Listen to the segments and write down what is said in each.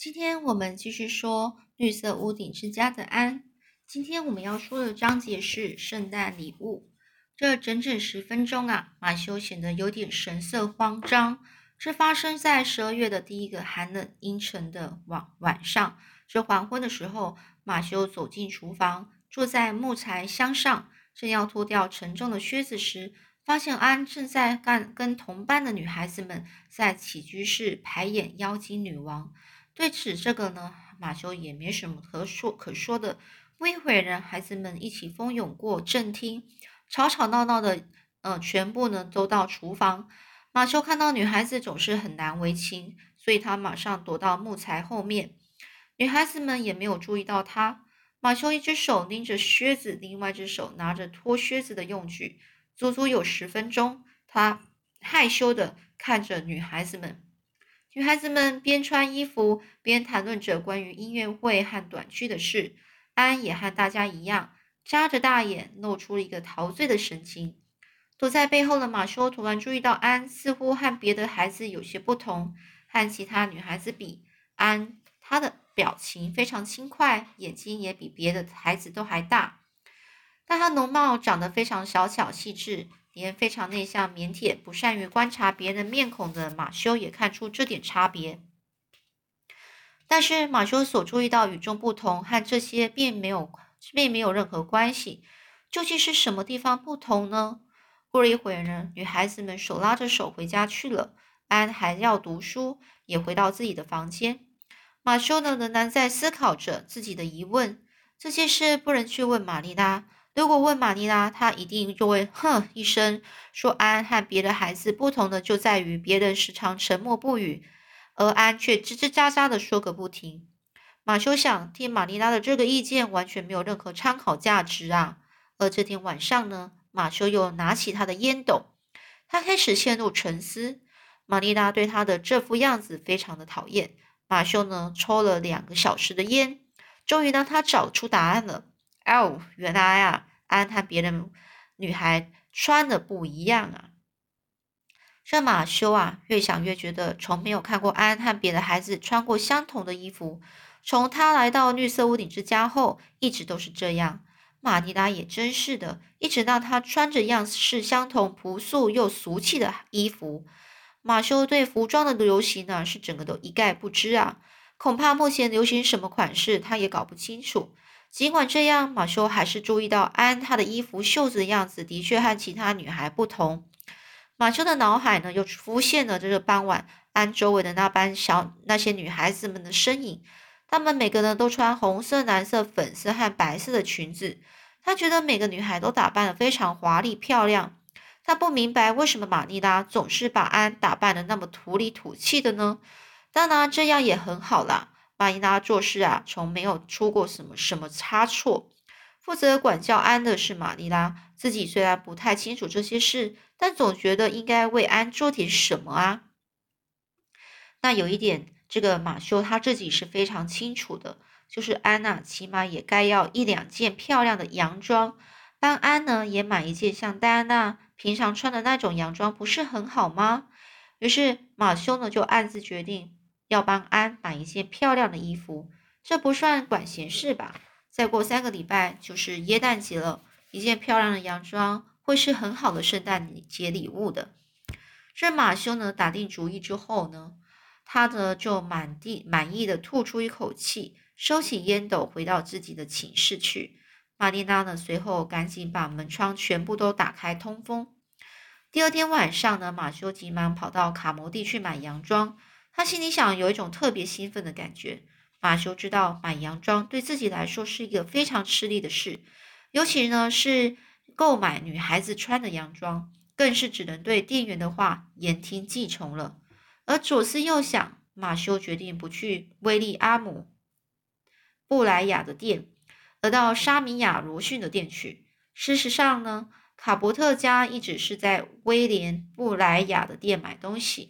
今天我们继续说绿色屋顶之家的安。今天我们要说的章节是圣诞礼物。这整整10分钟啊，马修显得有点神色慌张。这发生在12月的第一个寒冷阴沉的晚上。这黄昏的时候，马修走进厨房，坐在木材箱上，正要脱掉沉重的靴子时，发现安正在跟同班的女孩子们在起居室排演妖精女王。对此这个呢，马修也没什么可说的。不一会儿呢，孩子们一起蜂拥过正厅，吵吵闹闹的，全部呢都到厨房。马修看到女孩子总是很难为情，所以他马上躲到木材后面。女孩子们也没有注意到他。马修一只手拎着靴子，另外一只手拿着脱靴子的用具，足足有10分钟。他害羞的看着女孩子们。女孩子们边穿衣服边谈论着关于音乐会和短剧的事。安也和大家一样，眨着大眼，露出了一个陶醉的神情。躲在背后的马修突然注意到安似乎和别的孩子有些不同，和其他女孩子比，她的表情非常轻快，眼睛也比别的孩子都还大。但她容貌长得非常小巧细致，连非常内向、腼腆、不善于观察别人面孔的马修也看出这点差别。但是马修所注意到与众不同和这些并没有任何关系。究竟是什么地方不同呢？过了一会儿呢，女孩子们手拉着手回家去了。安还要读书，也回到自己的房间。马修呢，仍然在思考着自己的疑问。这件事不能去问玛丽拉。如果问玛丽拉，她一定就会哼一声，说安和别的孩子不同的就在于别人时常沉默不语，而安却吱吱喳喳的说个不停。马修想，听玛丽拉的这个意见完全没有任何参考价值啊。而这天晚上呢，马修又拿起他的烟斗，他开始陷入沉思。玛丽拉对他的这副样子非常的讨厌。马修呢，抽了2个小时的烟，终于让他找出答案了。哦，原来啊，安和别的女孩穿的不一样啊。这马修啊，越想越觉得从没有看过安和别的孩子穿过相同的衣服。从他来到绿色屋顶之家后，一直都是这样。玛丽拉也真是的，一直让他穿着样式相同、朴素又俗气的衣服。马修对服装的流行呢，是整个都一概不知啊。恐怕目前流行什么款式，他也搞不清楚。尽管这样，马修还是注意到安她的衣服袖子的样子的确和其他女孩不同。马修的脑海呢，又浮现了这个傍晚安周围的那些女孩子们的身影。她们每个人都穿红色、蓝色、粉色和白色的裙子。他觉得每个女孩都打扮得非常华丽漂亮。他不明白为什么玛丽拉总是把安打扮得那么土里土气的呢？当然，这样也很好啦。玛丽拉做事啊，从没有出过什么差错。负责管教安的是玛丽拉，自己虽然不太清楚这些事，但总觉得应该为安做点什么啊。那有一点，这个马修他自己是非常清楚的，就是安娜起码也该要1-2件漂亮的洋装，帮安呢也买一件像戴安娜平常穿的那种洋装，不是很好吗？于是马修呢就暗自决定要帮安买一件漂亮的衣服，这不算管闲事吧？再过3个礼拜就是耶诞节了，一件漂亮的洋装会是很好的圣诞节礼物的。这马修呢打定主意之后呢，他呢就满意的吐出一口气，收起烟斗，回到自己的寝室去。玛丽娜呢随后赶紧把门窗全部都打开通风。第二天晚上呢，马修急忙跑到卡摩地去买洋装。他心里想，有一种特别兴奋的感觉。马修知道买洋装对自己来说是一个非常吃力的事，尤其呢是购买女孩子穿的洋装，更是只能对店员的话言听计从了。而左思右想，马修决定不去威利阿姆布莱亚的店，而到沙米亚罗逊的店去。事实上呢，卡伯特家一直是在威廉布莱亚的店买东西。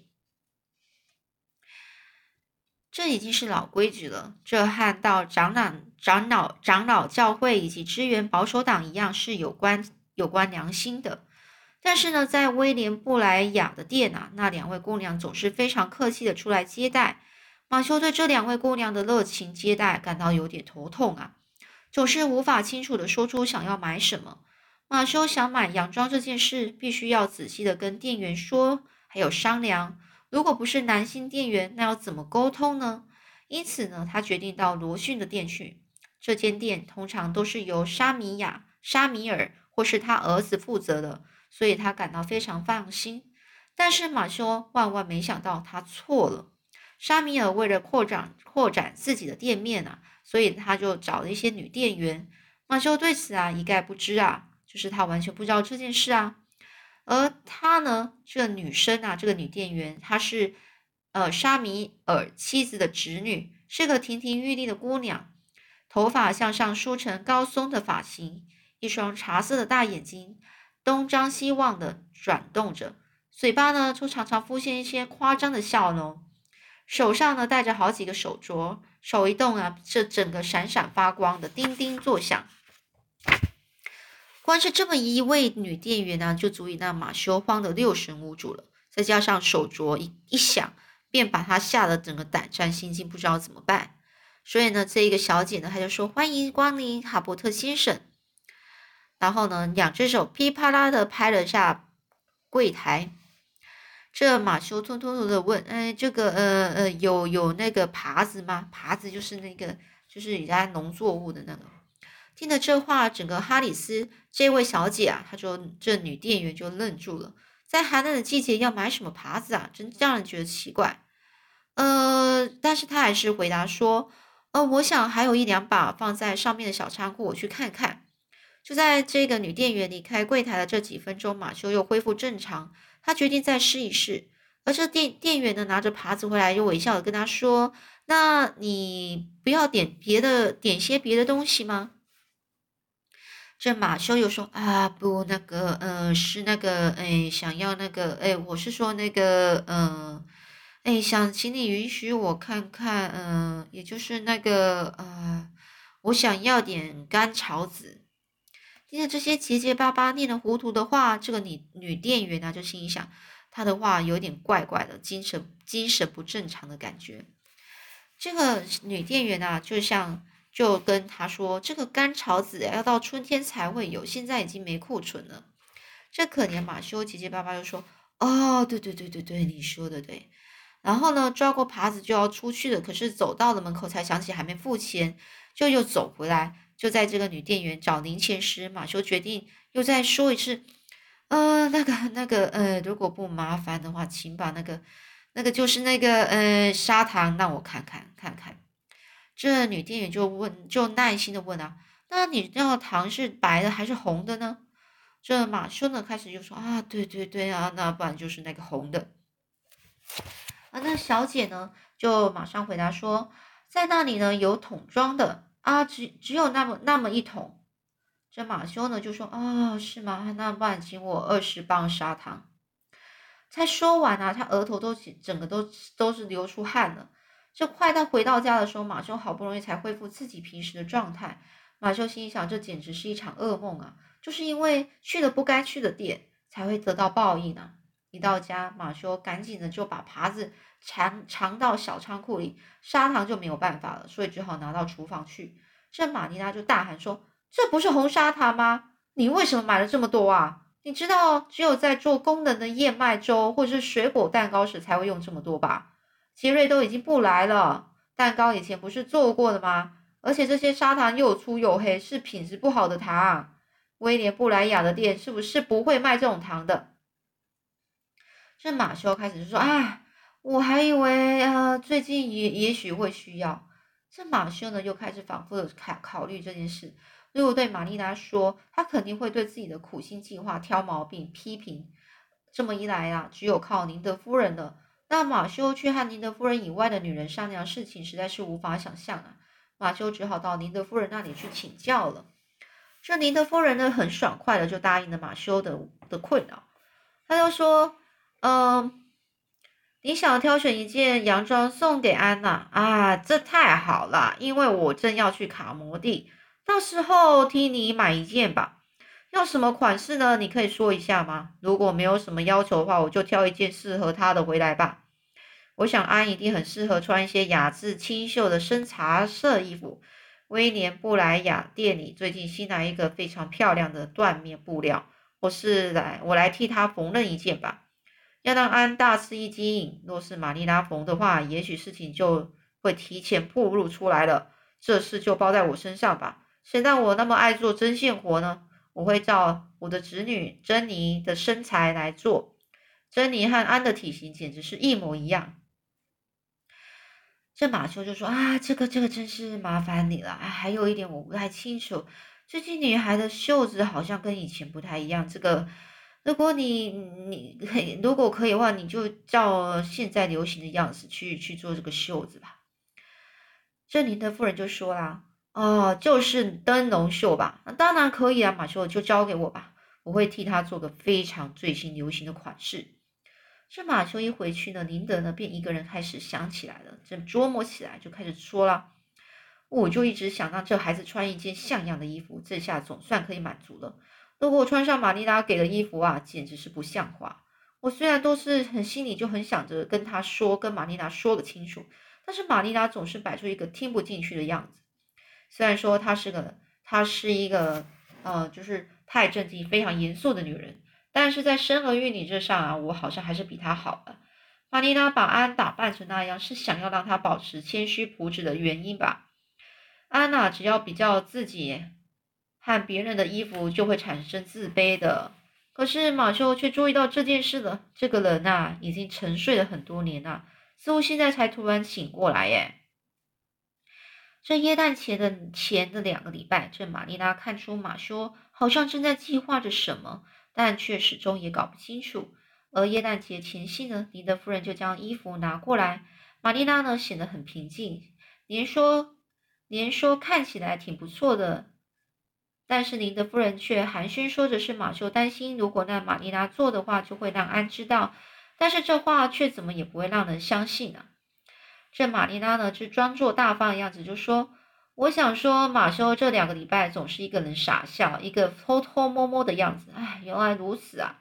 这已经是老规矩了，这和到长老教会以及支援保守党一样是有关良心的。但是呢，在威廉布莱亚的店啊，那2位姑娘总是非常客气的出来接待。 马修对这2位姑娘的热情接待感到有点头痛啊，总是无法清楚地说出想要买什么。马修想买洋装这件事，必须要仔细地跟店员说，还有商量。如果不是男性店员，那要怎么沟通呢？因此呢，他决定到罗逊的店去。这间店通常都是由沙米尔或是他儿子负责的，所以他感到非常放心。但是马修万万没想到，他错了。沙米尔为了扩展自己的店面啊，所以他就找了一些女店员。马修对此啊一概不知啊，就是他完全不知道这件事啊。而她呢，这个女生啊，这个女店员，她是沙米尔妻子的侄女，是个亭亭玉立的姑娘，头发向上梳成高松的发型，一双茶色的大眼睛东张西望的转动着，嘴巴呢就常常浮现一些夸张的笑容，手上呢戴着好几个手镯，手一动啊，这整个闪闪发光的叮叮作响。光是这么一位女店员呢，就足以让马修慌得六神无主了。再加上手镯一响，便把他吓得整个胆战心惊，不知道怎么办。所以呢，这一个小姐呢，她就说：“欢迎光临，哈伯特先生。”然后呢，2只手噼啪啦的拍了下柜台。这马修偷偷的问：“这个有那个耙子吗？耙子就是那个就是人家农作物的那个。”听了这话，整个哈里斯这位小姐啊，这女店员就愣住了。在寒冷的季节要买什么耙子啊？真让人觉得奇怪。但是她还是回答说：“我想还有1-2把放在上面的小仓库，我去看看。”就在这个女店员离开柜台的这几分钟，马修又恢复正常。他决定再试一试。而这店员呢，拿着耙子回来，又微笑的跟他说：“那你不要点些别的东西吗？”这马修又说啊，不，那个，是那个，想要那个，我是说那个，想请你允许我看看，也就是那个，我想要点干草子。听着这些结结巴巴、念得糊涂的话，这个女店员呢，就心里想，她的话有点怪怪的，精神不正常的感觉。这个女店员啊，就跟他说，这个干草子要到春天才会有，现在已经没库存了。这可怜马修结结巴巴就说：“哦，对对对对对，你说的对。”然后呢，抓过耙子就要出去了，可是走到了门口才想起还没付钱，就又走回来。就在这个女店员找零钱时，马修决定又再说一次：“如果不麻烦的话，请把那个就是那个砂糖让我看看。”这女店员就耐心的问啊：“那你要糖是白的还是红的呢？”这马修呢开始就说：“啊，对对对啊，那不然就是那个红的。”那小姐呢就马上回答说：“在那里呢有桶装的啊，只有那么一桶。”这马修呢就说：“哦，是吗？那不然请我20磅砂糖。”才说完啊，他额头整个都是流出汗了。这快到回到家的时候，马修好不容易才恢复自己平时的状态。马修心想，这简直是一场噩梦啊！就是因为去了不该去的店，才会得到报应啊！一到家，马修赶紧的就把耙子藏到小仓库里，砂糖就没有办法了，所以只好拿到厨房去。这玛丽娜就大喊说：“这不是红砂糖吗？你为什么买了这么多啊？你知道只有在做功能的燕麦粥或者是水果蛋糕时才会用这么多吧？杰瑞都已经不来了，蛋糕以前不是做过的吗？而且这些砂糖又粗又黑，是品质不好的糖。威廉布莱雅的店是不是不会卖这种糖的？”这马修开始就说：“啊，我还以为最近也许会需要。”这马修呢又开始反复的考虑这件事。如果对玛丽娜说，他肯定会对自己的苦心计划挑毛病、批评。这么一来啊，只有靠宁德夫人了。那马修去和宁德夫人以外的女人商量事情，实在是无法想象啊。马修只好到宁德夫人那里去请教了。这宁德夫人呢，很爽快的就答应了马修的困扰。他就说：“你想挑选一件洋装送给安娜啊？这太好了，因为我正要去卡摩地。到时候替你买一件吧。要什么款式呢？你可以说一下吗？如果没有什么要求的话，我就挑一件适合她的回来吧。” 我想安一定很适合穿一些雅致清秀的深茶色衣服。威廉布莱雅店里最近新来一个非常漂亮的缎面布料，我来替她缝纫一件吧。要让安大吃一惊，若是玛丽拉缝的话，也许事情就会提前暴露出来了。这事就包在我身上吧。谁让我那么爱做针线活呢？我会照我的侄女珍妮的身材来做。珍妮和安的体型简直是一模一样。这马修就说啊，这个真是麻烦你了。还有一点我不太清楚，最近女孩的袖子好像跟以前不太一样。这个，如果如果可以的话，你就照现在流行的样子去做这个袖子吧。珍妮的夫人就说啦，哦，就是灯笼袖吧？那当然可以啊，马修就交给我吧，我会替他做个非常最新流行的款式。这马修一回去呢，林德呢便一个人开始想起来了，正琢磨起来，就开始说了：我就一直想让这孩子穿一件像样的衣服，这下总算可以满足了。如果我穿上玛丽拉给的衣服啊，简直是不像话。我虽然都是心里就很想着跟他说，跟玛丽拉说个清楚，但是玛丽拉总是摆出一个听不进去的样子。虽然说她是一个就是太正经、非常严肃的女人，但是在生儿育女这上啊，我好像还是比她好的。玛丽拉把安打扮成那样，是想要让她保持谦虚朴质的原因吧？安娜只要比较自己和别人的衣服，就会产生自卑的。可是马修却注意到这件事了。这个人呐，已经沉睡了很多年了，似乎现在才突然醒过来耶。这耶诞前的2个礼拜，这玛丽拉看出马修好像正在计划着什么，但却始终也搞不清楚。而耶诞节前夕呢，林德夫人就将衣服拿过来，玛丽拉呢显得很平静，连说看起来挺不错的。但是林德夫人却寒暄说着是马修担心，如果让玛丽拉做的话，就会让安知道。但是这话却怎么也不会让人相信啊。这玛丽拉呢，就装作大方的样子，就说：“我想说，马修这2个礼拜总是一个人傻笑，一个偷偷摸摸的样子。哎，原来如此啊！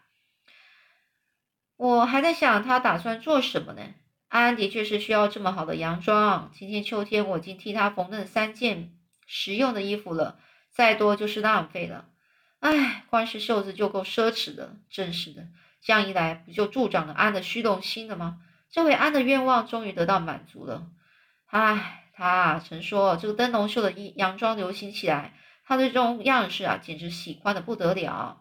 我还在想他打算做什么呢？安的确是需要这么好的洋装。今天秋天我已经替他缝了3件实用的衣服了，再多就是浪费了。哎，光是袖子就够奢侈的，真是的。这样一来，不就助长了安的虚荣心了吗？这回安的愿望终于得到满足了。唉，他曾说这个灯笼袖的洋装流行起来，他对这种样式啊，简直喜欢的不得了。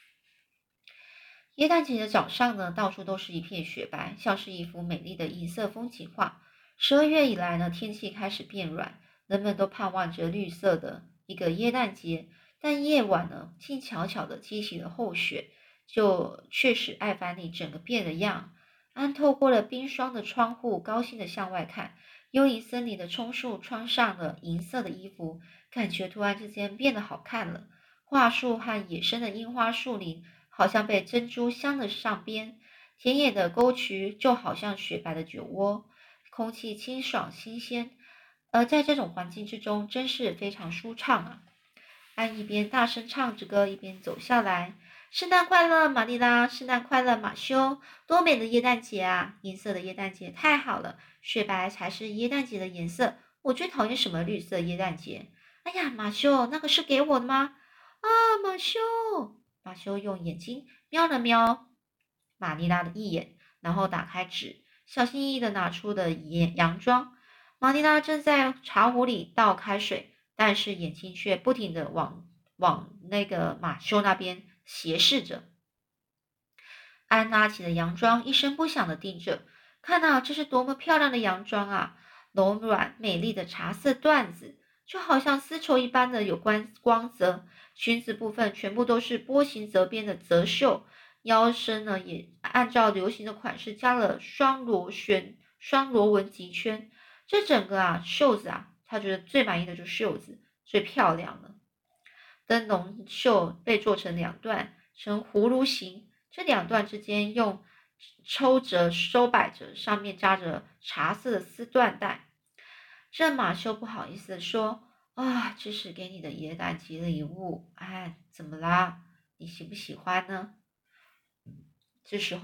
耶诞节的早上呢，到处都是一片雪白，像是一幅美丽的银色风景画。12月以来呢，天气开始变软，人们都盼望着绿色的一个耶诞节。但夜晚呢，静悄悄地积起了厚雪，却使艾凡尼整个变了样。安透过了冰霜的窗户，高兴地向外看。幽灵森林的松树穿上了银色的衣服，感觉突然之间变得好看了。桦树和野生的樱花树林好像被珍珠镶了上边，田野的沟渠就好像雪白的酒窝，空气清爽新鲜，而在这种环境之中，真是非常舒畅啊！安一边大声唱着歌，一边走下来。圣诞快乐，玛丽拉！圣诞快乐，马修！多美的耶诞节啊！银色的耶诞节太好了，雪白才是耶诞节的颜色。我最讨厌什么绿色耶诞节。哎呀，马修，那个是给我的吗？啊，马修！马修用眼睛瞄了瞄玛丽拉的一眼，然后打开纸，小心翼翼地拿出的洋装。玛丽拉正在茶壶里倒开水，但是眼睛却不停地往那个马修那边斜视着。安拿起了洋装，一声不响地盯着，看啊，这是多么漂亮的洋装啊！柔软美丽的茶色缎子，就好像丝绸一般的有光泽。裙子部分全部都是波形折边的折袖，腰身呢也按照流行的款式加了双螺纹极圈。这整个袖子他觉得最满意的就是袖子，最漂亮了。灯笼袖被做成2段，呈葫芦形，这2段之间用抽折收摆着，上面扎着茶色的丝缎带。这马修不好意思地说：“啊，这是给你的耶诞节礼物。哎，怎么啦？你喜不喜欢呢？”这时候，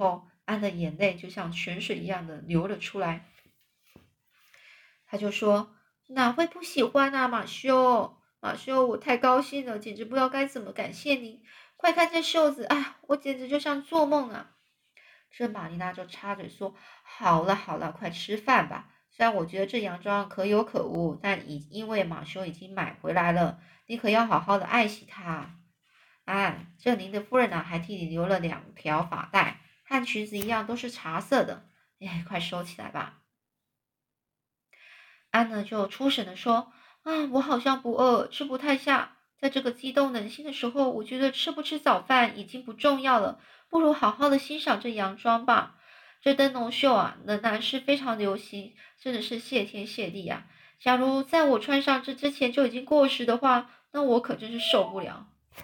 安的眼泪就像泉水一样的流了出来。他就说：哪会不喜欢啊，马修，马修，我太高兴了，简直不知道该怎么感谢你。快看这袖子，哎，我简直就像做梦啊！这玛丽娜就插嘴说：好了好了，快吃饭吧。虽然我觉得这洋装可有可无，但因为马修已经买回来了，你可要好好的爱惜它。这您的夫人呢，还替你留了2条发带，和裙子一样，都是茶色的。哎，快收起来吧。安呢就出神的说：我好像不饿，吃不太下。在这个激动人心的时候，我觉得吃不吃早饭已经不重要了，不如好好的欣赏这洋装吧。这灯笼秀啊，仍然是非常流行，真的是谢天谢地啊！假如在我穿上这之前就已经过时的话，那我可真是受不了。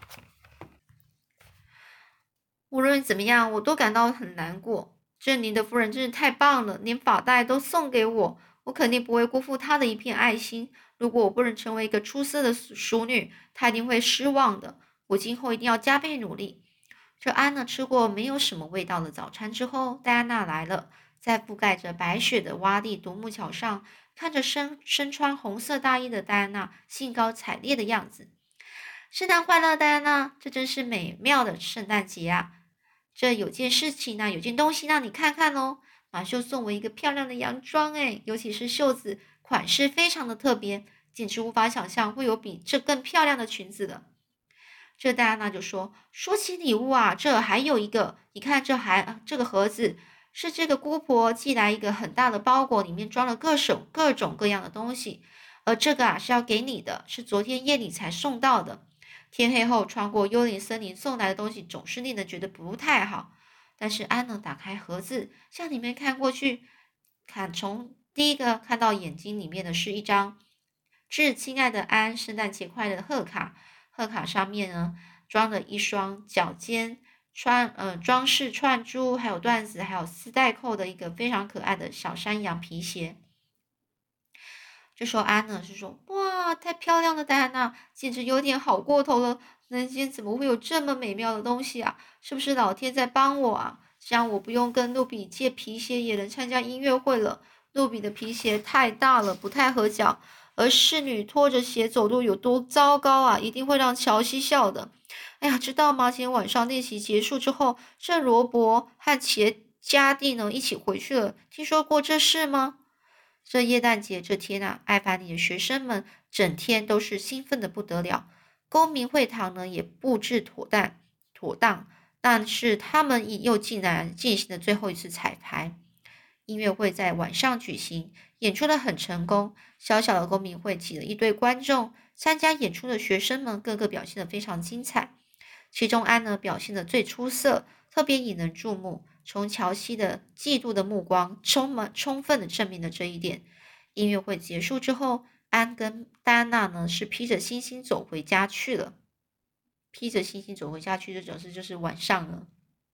无论怎么样，我都感到很难过。这您的夫人真是太棒了，连发带都送给我，我肯定不会辜负她的一片爱心。如果我不能成为一个出色的淑女，她一定会失望的。我今后一定要加倍努力。这安呢，吃过没有什么味道的早餐之后，戴安娜来了，在覆盖着白雪的洼地独木桥上，看着身穿红色大衣的戴安娜兴高采烈的样子。圣诞快乐，戴安娜！这真是美妙的圣诞节啊！这有件事情呢，有件东西让你看看哦。马修送我一个漂亮的洋装，尤其是袖子款式非常的特别，简直无法想象会有比这更漂亮的裙子的。这戴安娜就说起礼物啊，这还有一个，你看这个盒子是这个姑婆寄来一个很大的包裹，里面装了各种各样的东西，而这个啊是要给你的，是昨天夜里才送到的。天黑后穿过幽灵森林送来的东西总是令人觉得不太好。但是安能打开盒子，向里面看过去，从第一个看到眼睛里面的是一张致亲爱的安，圣诞节快乐的贺卡。贺卡上面呢装了一双脚尖装饰串珠，还有缎子，还有丝带扣的一个非常可爱的小山羊皮鞋。这时候安呢是说：哇，太漂亮了，戴安娜，简直有点好过头了。人间怎么会有这么美妙的东西啊？是不是老天在帮我啊？这样我不用跟露比借皮鞋，也能参加音乐会了。露比的皮鞋太大了，不太合脚，而侍女拖着鞋走路有多糟糕啊，一定会让乔西笑的。哎呀，知道吗？今天晚上练习结束之后，圣罗伯和加蒂呢一起回去了。听说过这事吗？这耶诞节这天啊，艾凡尼的学生们整天都是兴奋的不得了。公民会堂呢也布置妥当，但是他们又竟然进行了最后一次彩排。音乐会在晚上举行，演出的很成功。小小的公民会挤了一堆观众，参加演出的学生们个个表现得非常精彩。其中安呢表现得最出色，特别引人注目。从乔西的嫉妒的目光，充分的证明了这一点。音乐会结束之后，安跟戴安娜呢是披着星星走回家去了。披着星星走回家去，就表示就是晚上了。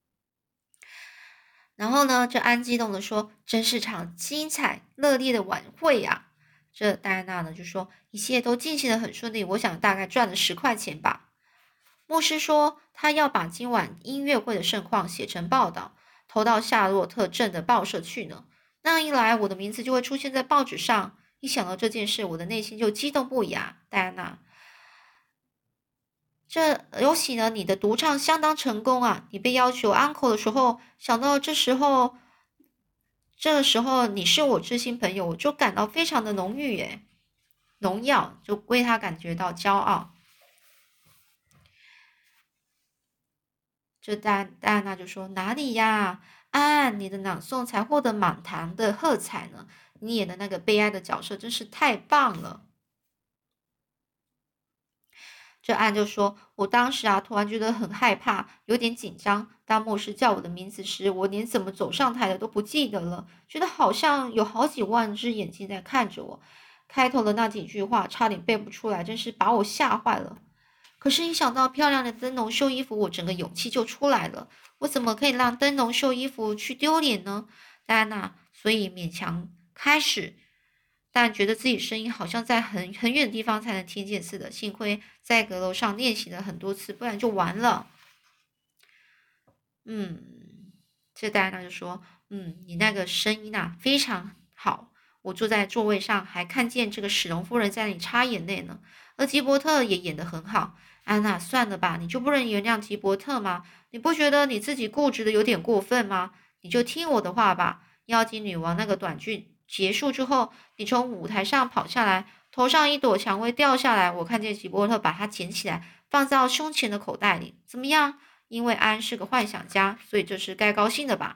然后呢，这安激动的说：“真是场精彩热烈的晚会呀！”这戴安娜呢就说：“一切都进行得很顺利，我想大概赚了10块钱吧。”牧师说他要把今晚音乐会的盛况写成报道，投到夏洛特镇的报社去呢。那样一来，我的名字就会出现在报纸上。一想到这件事，我的内心就激动不已啊！戴安娜，这尤其呢，你的独唱相当成功啊！你被要求 uncle 的时候，想到这时候你是我知心朋友，我就感到非常的荣耀，就为他感觉到骄傲。这戴安娜就说：“哪里呀，安，你的朗诵才获得满堂的喝彩呢！你演的那个悲哀的角色真是太棒了。”这安就说：“我当时啊，突然觉得很害怕，有点紧张。当牧师叫我的名字时，我连怎么走上台的都不记得了，觉得好像有好几万只眼睛在看着我。开头的那几句话差点背不出来，真是把我吓坏了。可是，一想到漂亮的灯笼绣衣服，我整个勇气就出来了。我怎么可以让灯笼绣衣服去丢脸呢？戴安娜，所以勉强开始。”但觉得自己声音好像在很远的地方才能听见似的。幸亏在阁楼上练习了很多次，不然就完了。 这戴安娜就说：“你那个声音啊非常好，我坐在座位上还看见这个史隆夫人在那里擦眼泪呢。而吉伯特也演得很好。安娜，算了吧，你就不能原谅吉伯特吗？你不觉得你自己固执的有点过分吗？你就听我的话吧。妖精女王那个短剧结束之后，你从舞台上跑下来，头上一朵蔷薇掉下来，我看见吉伯特把它捡起来，放到胸前的口袋里，怎么样？因为安是个幻想家，所以这是该高兴的吧？”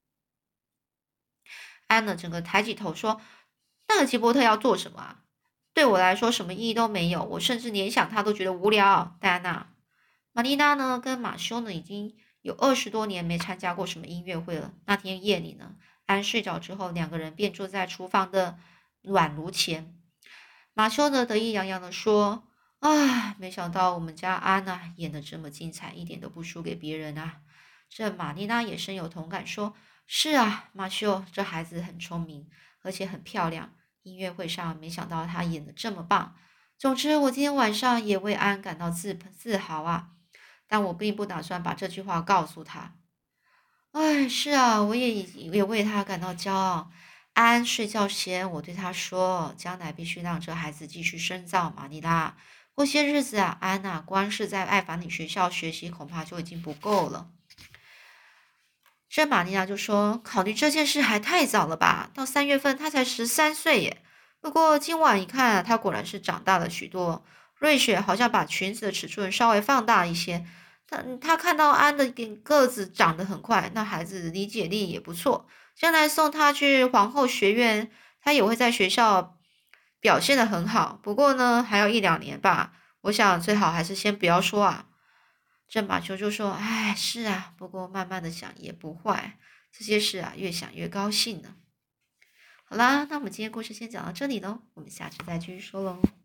安呢，整个抬起头说：“那个吉伯特要做什么啊？对我来说，什么意义都没有。我甚至连想他都觉得无聊。”戴安娜、玛丽娜呢，跟马修呢，已经有20多年没参加过什么音乐会了。那天夜里呢，安睡着之后，两个人便坐在厨房的暖炉前。马修呢，得意洋洋地说：“啊，没想到我们家安娜演得这么精彩，一点都不输给别人啊。”这玛丽娜也深有同感，说：“是啊，马修，这孩子很聪明，而且很漂亮。音乐会上没想到她演得这么棒。总之，我今天晚上也为安感到自豪啊。但我并不打算把这句话告诉他。哎，是啊，我也为他感到骄傲。安睡觉前，我对他说，将来必须让这孩子继续深造。玛丽拉，过些日子啊，安娜光是在爱凡里学校学习，恐怕就已经不够了。”这玛丽娜就说：“考虑这件事还太早了吧？到3月份她才13岁耶。不过今晚一看，她果然是长大了许多。瑞雪好像把裙子的尺寸稍微放大一些。她看到安的个子长得很快，那孩子理解力也不错。将来送她去皇后学院，她也会在学校表现得很好。不过呢，还要1、2年吧。我想最好还是先不要说啊。”这马球就说：“哎，是啊，不过慢慢的想也不坏，这些事啊，越想越高兴呢。”好啦，那我们今天故事先讲到这里喽，我们下次再继续说喽。